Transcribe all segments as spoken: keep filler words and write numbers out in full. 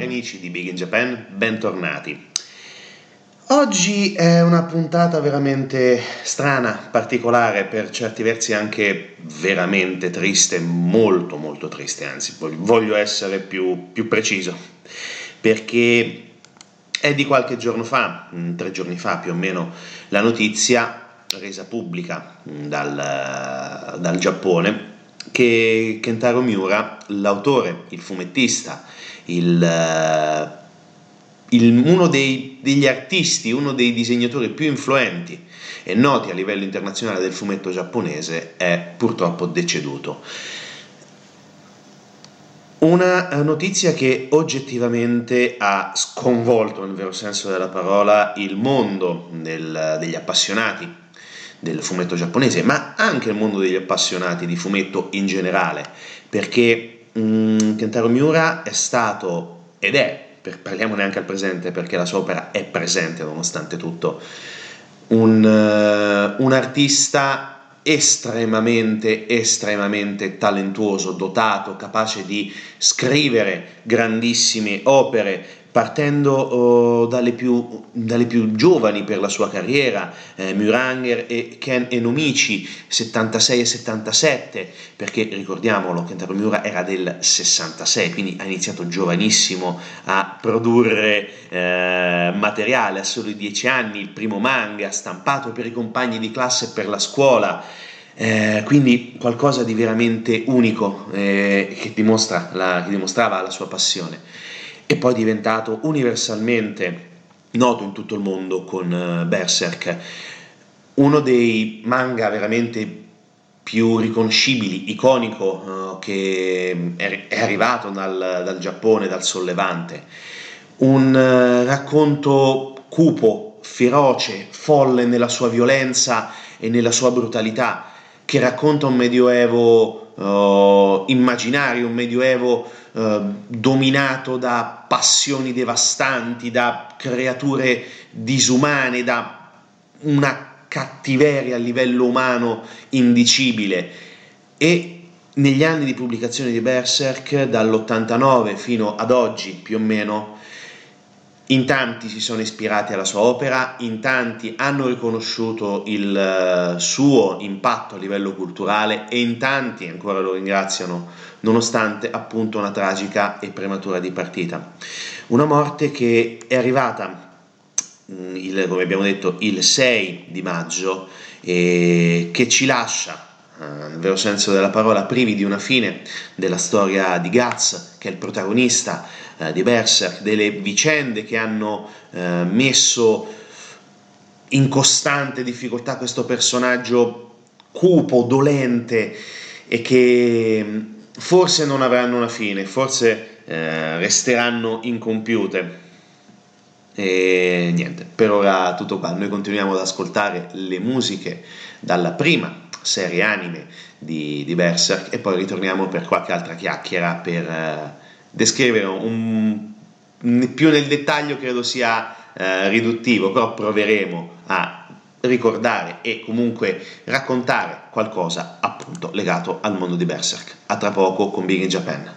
amici di Big in Japan, bentornati. Oggi è una puntata veramente strana, particolare, per certi versi anche veramente triste, molto molto triste, anzi voglio essere più, più preciso, perché è di qualche giorno fa, tre giorni fa più o meno, la notizia resa pubblica dal, dal Giappone che Kentaro Miura, l'autore, il fumettista, il, il, uno dei, degli artisti, uno dei disegnatori più influenti e noti a livello internazionale del fumetto giapponese, è purtroppo deceduto. Una notizia che oggettivamente ha sconvolto, nel vero senso della parola, il mondo del, degli appassionati del fumetto giapponese, ma anche il mondo degli appassionati di fumetto in generale, perché mh, Kentaro Miura è stato ed è, per, parliamone anche al presente perché la sua opera è presente nonostante tutto, un, uh, un artista estremamente, estremamente talentuoso, dotato, capace di scrivere grandissime opere, partendo oh, dalle, più, dalle più giovani per la sua carriera, eh, Muranger e Ken Enomichi, settantasei e settantasette, perché ricordiamolo, Kentaro Miura era del sessantasei, quindi ha iniziato giovanissimo a produrre eh, materiale, a soli dieci anni, il primo manga stampato per i compagni di classe e per la scuola. Eh, quindi qualcosa di veramente unico eh, che, dimostra la, che dimostrava la sua passione. E poi è diventato universalmente noto in tutto il mondo con uh, Berserk, uno dei manga veramente più riconoscibili, iconico, uh, che è, è arrivato dal, dal Giappone, dal sollevante. Un uh, racconto cupo, feroce, folle nella sua violenza e nella sua brutalità, che racconta un medioevo uh, immaginario, un medioevo uh, dominato da passioni devastanti, da creature disumane, da una cattiveria a livello umano indicibile. E negli anni di pubblicazione di Berserk, dall'ottantanove fino ad oggi più o meno, in tanti si sono ispirati alla sua opera, in tanti hanno riconosciuto il suo impatto a livello culturale e in tanti ancora lo ringraziano, nonostante appunto una tragica e prematura dipartita. Una morte che è arrivata, il, come abbiamo detto, il sei di maggio e che ci lascia, nel vero senso della parola, privi di una fine della storia di Guts, che è il protagonista eh, di Berserk, delle vicende che hanno eh, messo in costante difficoltà questo personaggio cupo, dolente e che forse non avranno una fine, forse eh, resteranno incompiute. E niente, per ora tutto qua. Noi continuiamo ad ascoltare le musiche dalla prima serie anime di, di Berserk e poi ritorniamo per qualche altra chiacchiera per eh, descrivere un, più nel dettaglio, credo sia eh, riduttivo, però proveremo a ricordare e comunque raccontare qualcosa appunto legato al mondo di Berserk. A tra poco con Big in Japan.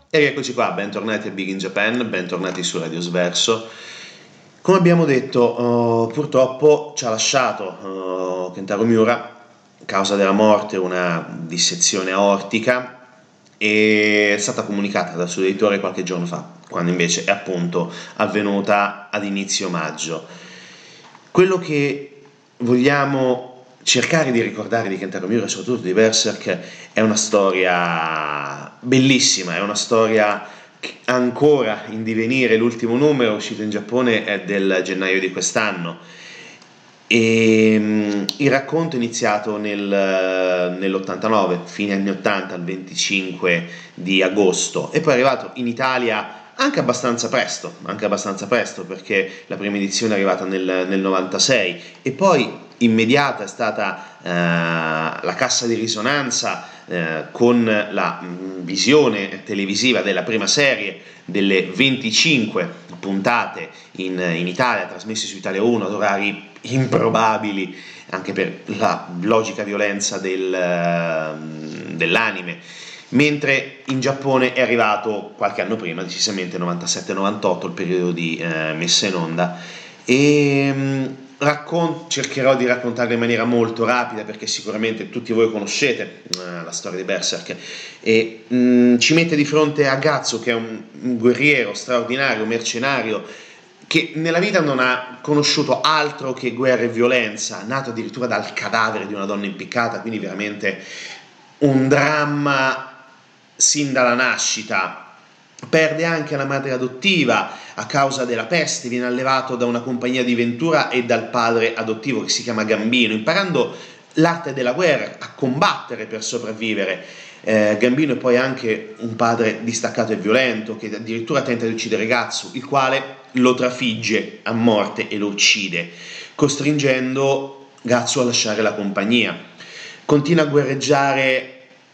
E rieccoci qua, bentornati a Big in Japan, bentornati su Radio Sverso. Come abbiamo detto, uh, purtroppo ci ha lasciato uh, Kentaro Miura, causa della morte una dissezione aortica, e è stata comunicata dal suo editore qualche giorno fa, quando invece è appunto avvenuta ad inizio maggio. Quello che vogliamo cercare di ricordare di Kentaro Miura e soprattutto di Berserk è una storia bellissima, è una storia ancora in divenire. L'ultimo numero uscito in Giappone è del gennaio di quest'anno e um, il racconto è iniziato nel, nell'ottantanove, fine anni ottanta, il venticinque di agosto, e poi è arrivato in Italia anche abbastanza presto, anche abbastanza presto perché la prima edizione è arrivata nel, nel novantasei, e poi immediata è stata eh, la cassa di risonanza eh, con la mh, visione televisiva della prima serie, delle venticinque puntate in, in Italia, trasmesse su Italia uno ad orari improbabili anche per la logica violenza del, uh, dell'anime, mentre in Giappone è arrivato qualche anno prima, decisamente novantasette novantotto, il periodo di uh, messa in onda. E um, raccon- cercherò di raccontarla in maniera molto rapida perché sicuramente tutti voi conoscete uh, la storia di Berserk, e um, ci mette di fronte a Gatsu, che è un, un guerriero straordinario, mercenario, che nella vita non ha conosciuto altro che guerra e violenza, nato addirittura dal cadavere di una donna impiccata, quindi veramente un dramma sin dalla nascita. Perde anche la madre adottiva a causa della peste, viene allevato da una compagnia di Ventura e dal padre adottivo che si chiama Gambino, imparando l'arte della guerra, a combattere per sopravvivere. Eh, Gambino è poi anche un padre distaccato e violento che addirittura tenta di uccidere Gatsu, il quale lo trafigge a morte e lo uccide, costringendo Gatsu a lasciare la compagnia. Continua a guerreggiare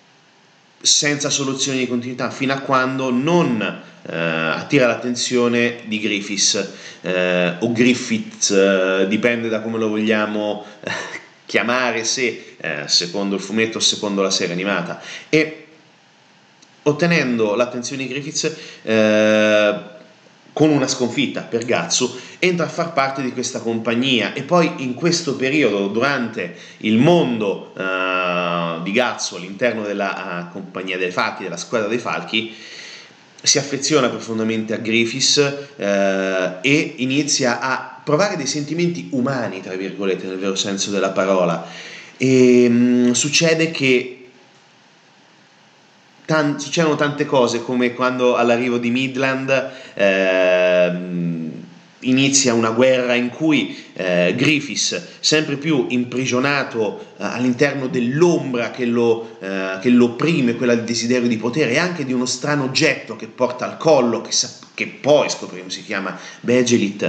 senza soluzione di continuità fino a quando non eh, attira l'attenzione di Griffiths eh, o Griffith, eh, dipende da come lo vogliamo eh, chiamare, se eh, secondo il fumetto o secondo la serie animata, e ottenendo l'attenzione di Griffiths eh, con una sconfitta per Gatsu, entra a far parte di questa compagnia, e poi in questo periodo, durante il mondo uh, di Gatsu all'interno della uh, compagnia dei falchi, della squadra dei falchi, si affeziona profondamente a Griffiths uh, e inizia a provare dei sentimenti umani, tra virgolette, nel vero senso della parola. E um, succede che Tan- succedono tante cose, come quando all'arrivo di Midland eh, inizia una guerra in cui eh, Griffiths, sempre più imprigionato eh, all'interno dell'ombra che lo, eh, che lo opprime, quella del desiderio di potere, e anche di uno strano oggetto che porta al collo, che, sa- che poi scopriremo si chiama Begelit,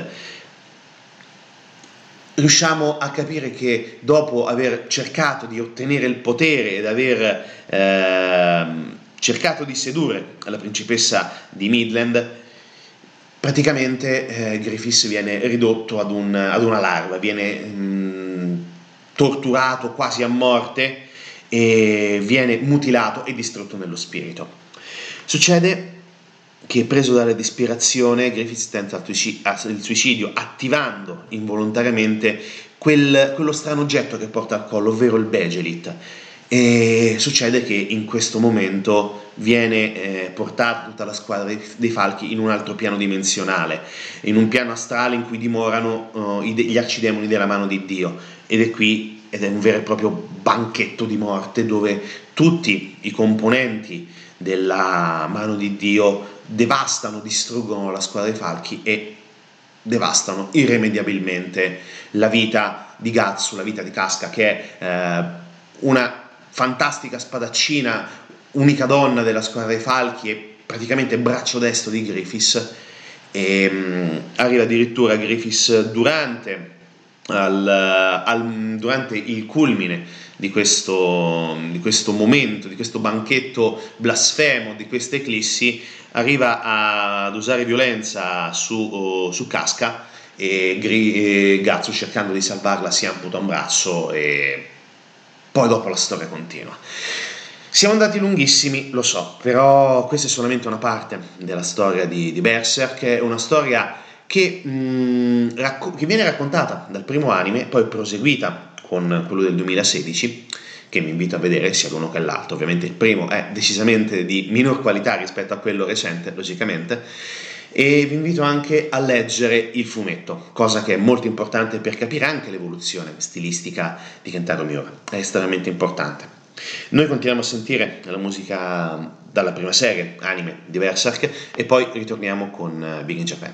riusciamo a capire che dopo aver cercato di ottenere il potere ed aver eh, cercato di sedurre la principessa di Midland, praticamente eh, Griffiths viene ridotto ad, un, ad una larva, viene mh, torturato quasi a morte e viene mutilato e distrutto nello spirito. Succede che, preso dalla disperazione, Griffiths tenta il suicidio attivando involontariamente quel, quello strano oggetto che porta al collo, ovvero il Begelit. E succede che in questo momento viene eh, portata tutta la squadra dei, dei falchi in un altro piano dimensionale, in un piano astrale in cui dimorano uh, i, gli arcidemoni della mano di Dio, ed è qui ed è un vero e proprio banchetto di morte dove tutti i componenti della mano di Dio devastano, distruggono la squadra dei falchi e devastano irrimediabilmente la vita di Gatsu, la vita di Casca, che è eh, una fantastica spadaccina, unica donna della squadra dei falchi e praticamente braccio destro di Griffiths. E mh, arriva addirittura Griffiths durante, al, al, durante il culmine di questo, di questo momento, di questo banchetto blasfemo, di questa eclissi, arriva a, ad usare violenza su, su Casca, e, e Gatsu, cercando di salvarla, si amputa un braccio e poi dopo la storia continua. Siamo andati lunghissimi, lo so, però questa è solamente una parte della storia di, di Berserk, è una storia che, mh, racco- che viene raccontata dal primo anime, poi proseguita con quello del duemilasedici, che mi invito a vedere sia l'uno che l'altro. Ovviamente il primo è decisamente di minor qualità rispetto a quello recente, logicamente, e vi invito anche a leggere il fumetto, cosa che è molto importante per capire anche l'evoluzione stilistica di Kentaro Miura, è estremamente importante. Noi continuiamo a sentire la musica dalla prima serie anime di Berserk e poi ritorniamo con Big in Japan.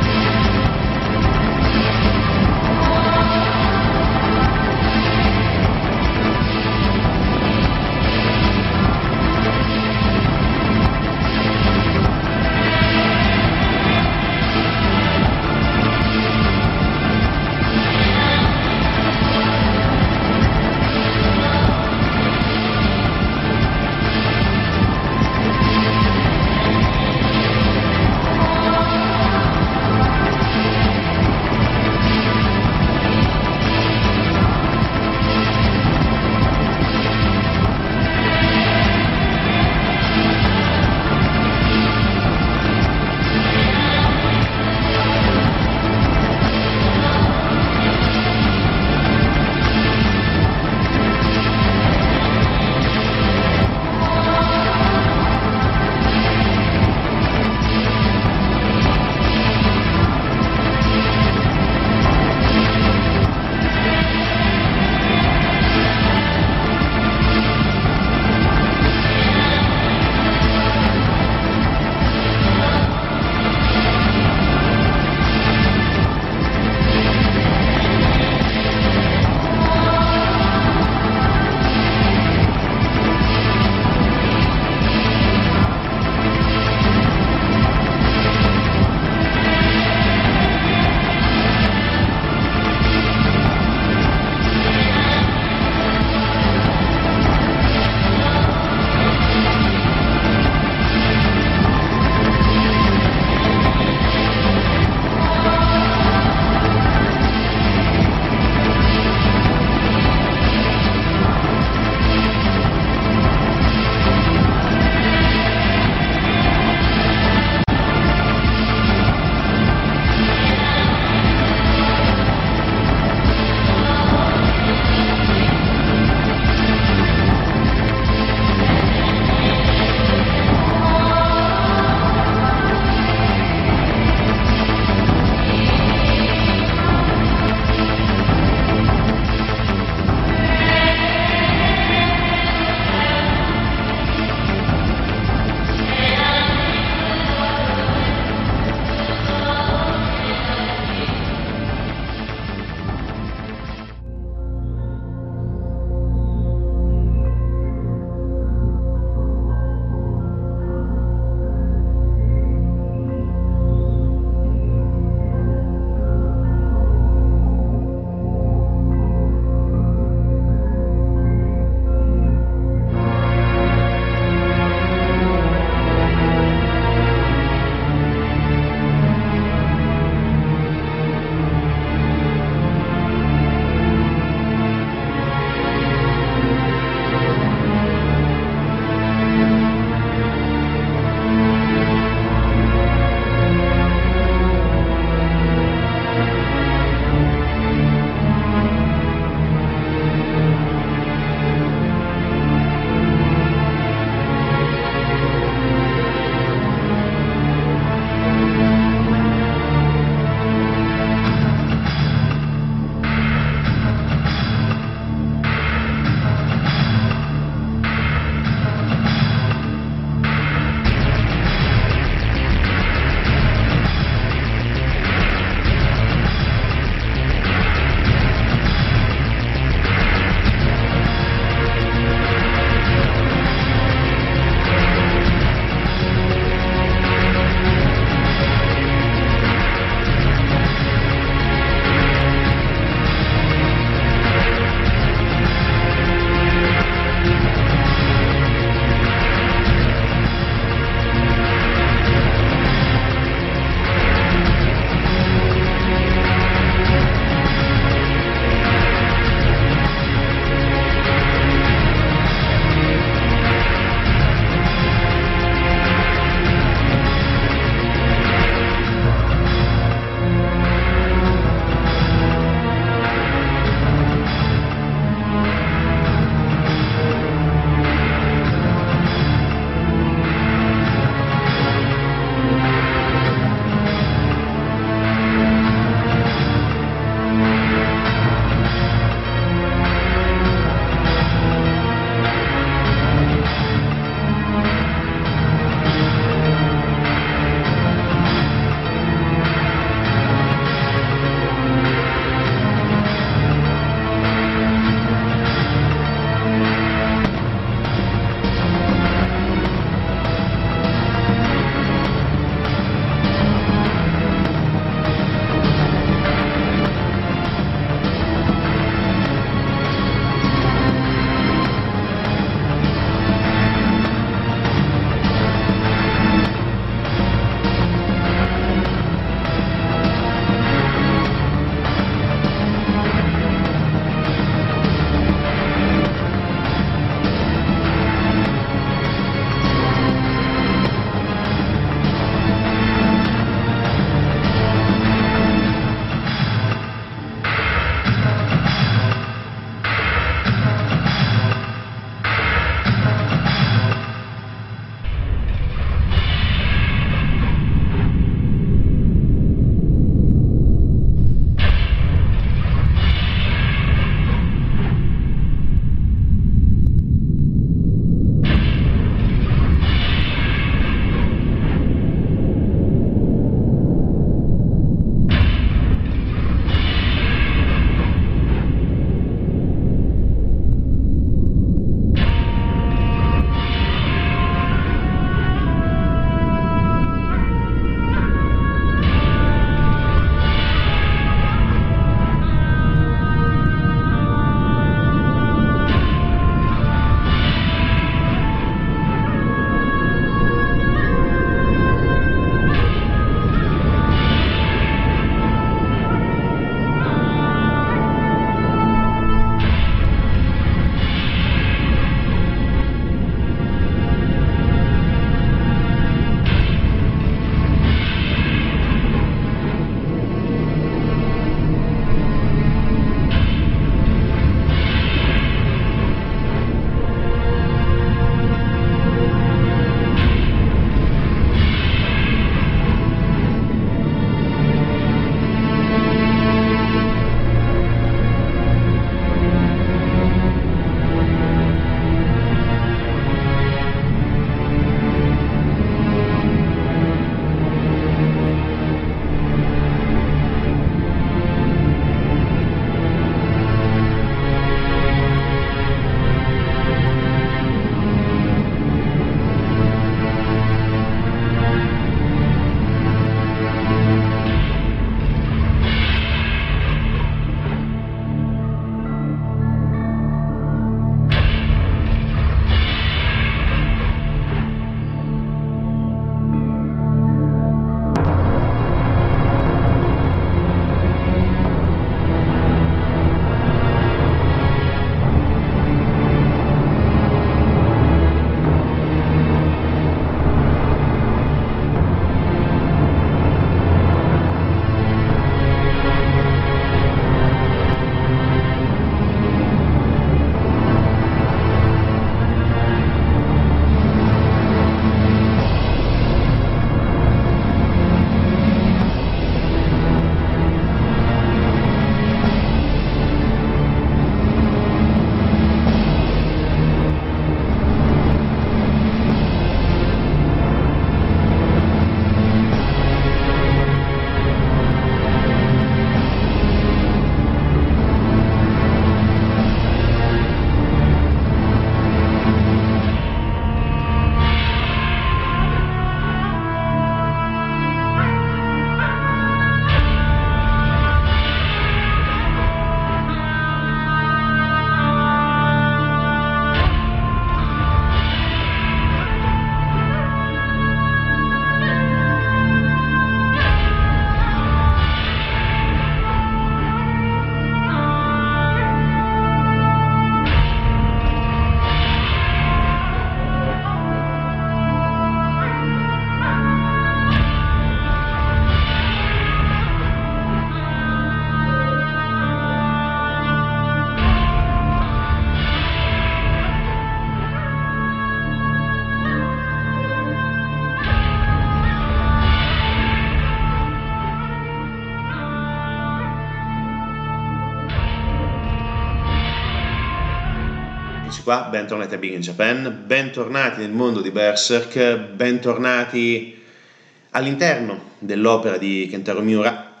qua, bentornati a Big in Japan, bentornati nel mondo di Berserk, bentornati all'interno dell'opera di Kentaro Miura.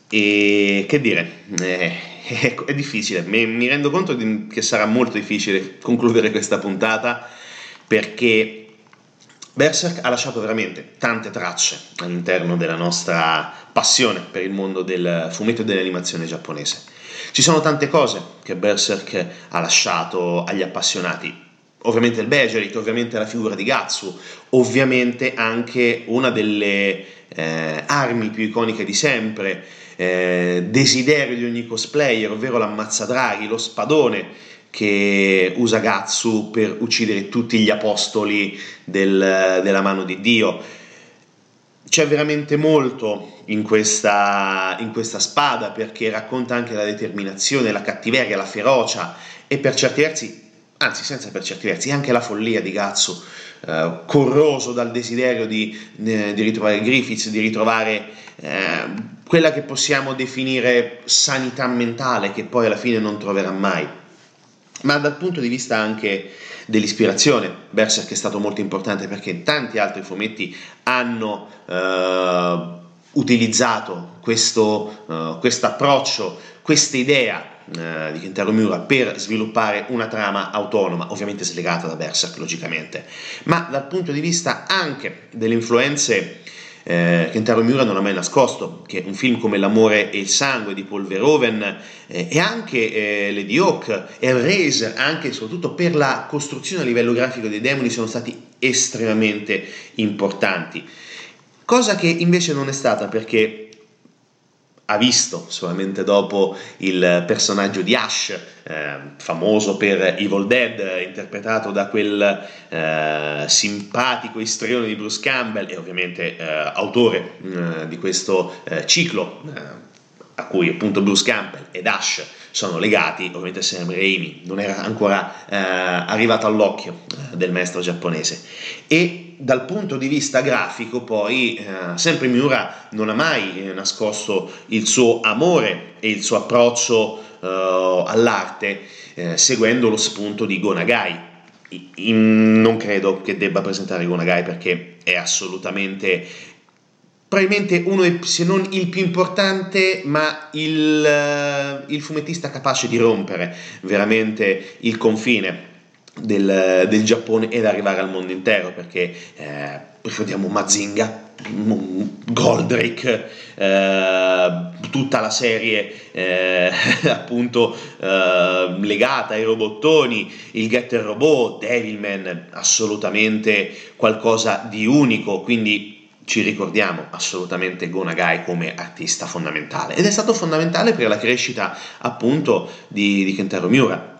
E che dire, eh, è, è difficile, mi, mi rendo conto di, che sarà molto difficile concludere questa puntata, perché Berserk ha lasciato veramente tante tracce all'interno della nostra passione per il mondo del fumetto e dell'animazione giapponese. Ci sono tante cose che Berserk ha lasciato agli appassionati, ovviamente il Bejerit, ovviamente la figura di Gatsu, ovviamente anche una delle eh, armi più iconiche di sempre, eh, desiderio di ogni cosplayer, ovvero l'ammazzadraghi, lo spadone che usa Gatsu per uccidere tutti gli apostoli del, della mano di Dio. C'è veramente molto in questa, in questa spada, perché racconta anche la determinazione, la cattiveria, la ferocia e per certi versi, anzi senza per certi versi, anche la follia di Gatsu, eh, corroso dal desiderio di, eh, di ritrovare Griffiths, di ritrovare eh, quella che possiamo definire sanità mentale, che poi alla fine non troverà mai. Ma dal punto di vista anche dell'ispirazione, Berserk è stato molto importante, perché tanti altri fumetti hanno eh, utilizzato questo uh, approccio, questa idea uh, di Kentaro Miura per sviluppare una trama autonoma, ovviamente slegata da Berserk logicamente, ma dal punto di vista anche delle influenze. Eh, Kentaro Miura non ha mai nascosto che un film come L'amore e il sangue di Paul Verhoeven eh, e anche eh, Lady Hawk e Hellraiser, anche e soprattutto per la costruzione a livello grafico dei demoni, sono stati estremamente importanti, cosa che invece non è stata, perché ha visto solamente dopo il personaggio di Ash, eh, famoso per Evil Dead, interpretato da quel eh, simpatico istrione di Bruce Campbell, e ovviamente eh, autore eh, di questo eh, ciclo, eh, a cui appunto Bruce Campbell ed Ash sono legati. Ovviamente Sam Raimi non era ancora eh, arrivato all'occhio eh, del maestro giapponese. E dal punto di vista grafico poi eh, sempre Miura non ha mai eh, nascosto il suo amore e il suo approccio eh, all'arte, eh, seguendo lo spunto di Go Nagai. In, non credo che debba presentare Go Nagai, perché è assolutamente, probabilmente uno, se non il più importante, ma il, il fumettista capace di rompere veramente il confine Del, del Giappone ed arrivare al mondo intero, perché eh, ricordiamo Mazinga, Goldrake, eh, tutta la serie eh, appunto eh, legata ai robottoni, il Getter Robot, Devilman, assolutamente qualcosa di unico, quindi ci ricordiamo assolutamente Go Nagai come artista fondamentale, ed è stato fondamentale per la crescita appunto di, di Kentaro Miura.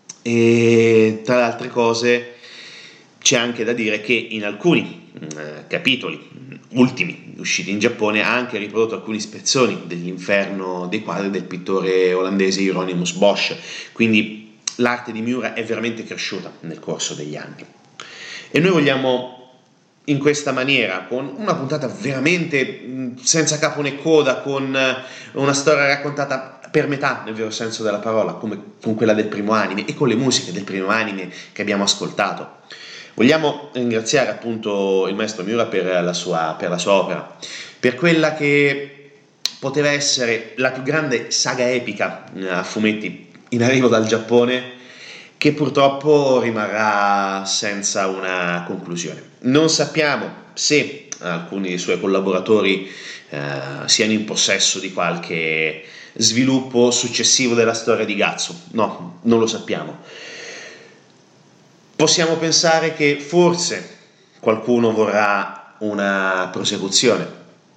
E tra le altre cose c'è anche da dire che in alcuni eh, capitoli ultimi usciti in Giappone ha anche riprodotto alcuni spezzoni dell'inferno dei quadri del pittore olandese Hieronymus Bosch, quindi l'arte di Miura è veramente cresciuta nel corso degli anni, e noi vogliamo in questa maniera, con una puntata veramente senza capo né coda, con una storia raccontata per metà nel vero senso della parola, come con quella del primo anime e con le musiche del primo anime che abbiamo ascoltato. Vogliamo ringraziare appunto il maestro Miura per la sua, per la sua opera, per quella che poteva essere la più grande saga epica a fumetti in arrivo dal Giappone, che purtroppo rimarrà senza una conclusione. Non sappiamo se alcuni dei suoi collaboratori eh, siano in possesso di qualche sviluppo successivo della storia di Gatsu. No, non lo sappiamo. Possiamo pensare che forse qualcuno vorrà una prosecuzione.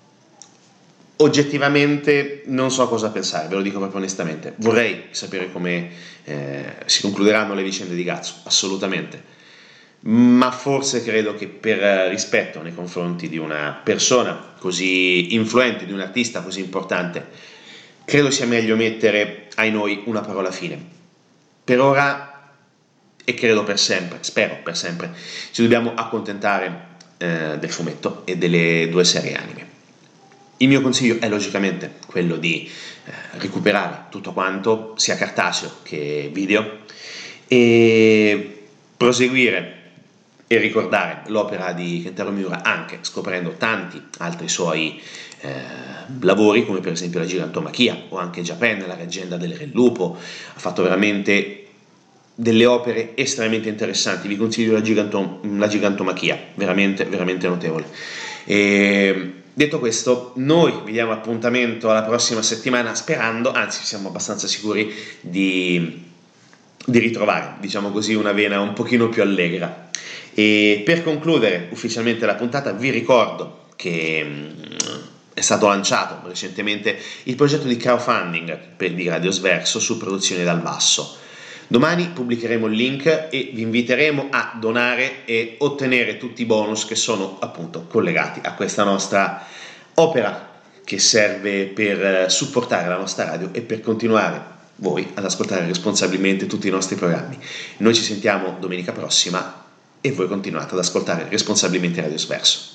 Oggettivamente non so cosa pensare, ve lo dico proprio onestamente. Vorrei sapere come eh, si concluderanno le vicende di Gatsu, assolutamente, ma forse credo che per rispetto nei confronti di una persona così influente, di un artista così importante, credo sia meglio mettere ai noi una parola fine. Per ora, e credo per sempre, spero per sempre, ci dobbiamo accontentare eh, del fumetto e delle due serie anime. Il mio consiglio è logicamente quello di eh, recuperare tutto quanto, sia cartaceo che video, e proseguire e ricordare l'opera di Kentaro Miura anche scoprendo tanti altri suoi eh, lavori, come per esempio la Gigantomachia o anche Japan, la leggenda del Re Lupo. Ha fatto veramente delle opere estremamente interessanti. Vi consiglio la, Gigantom- la Gigantomachia, veramente veramente notevole. E detto questo, noi vi diamo appuntamento alla prossima settimana, sperando, anzi siamo abbastanza sicuri di, di ritrovare, diciamo così, una vena un pochino più allegra. E per concludere ufficialmente la puntata vi ricordo che mh, è stato lanciato recentemente il progetto di crowdfunding per di Radio Sverso su Produzioni dal Basso. Domani pubblicheremo il link e vi inviteremo a donare e ottenere tutti i bonus che sono appunto collegati a questa nostra opera che serve per supportare la nostra radio e per continuare voi ad ascoltare responsabilmente tutti i nostri programmi. Noi ci sentiamo domenica prossima e voi continuate ad ascoltare responsabilmente Radio Sverso.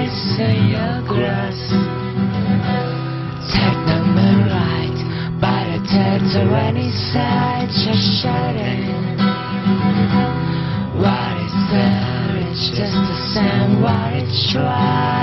is in your grasp. Take them and right by the tail to any side, just shouting. What is there? It's just the same what it tries.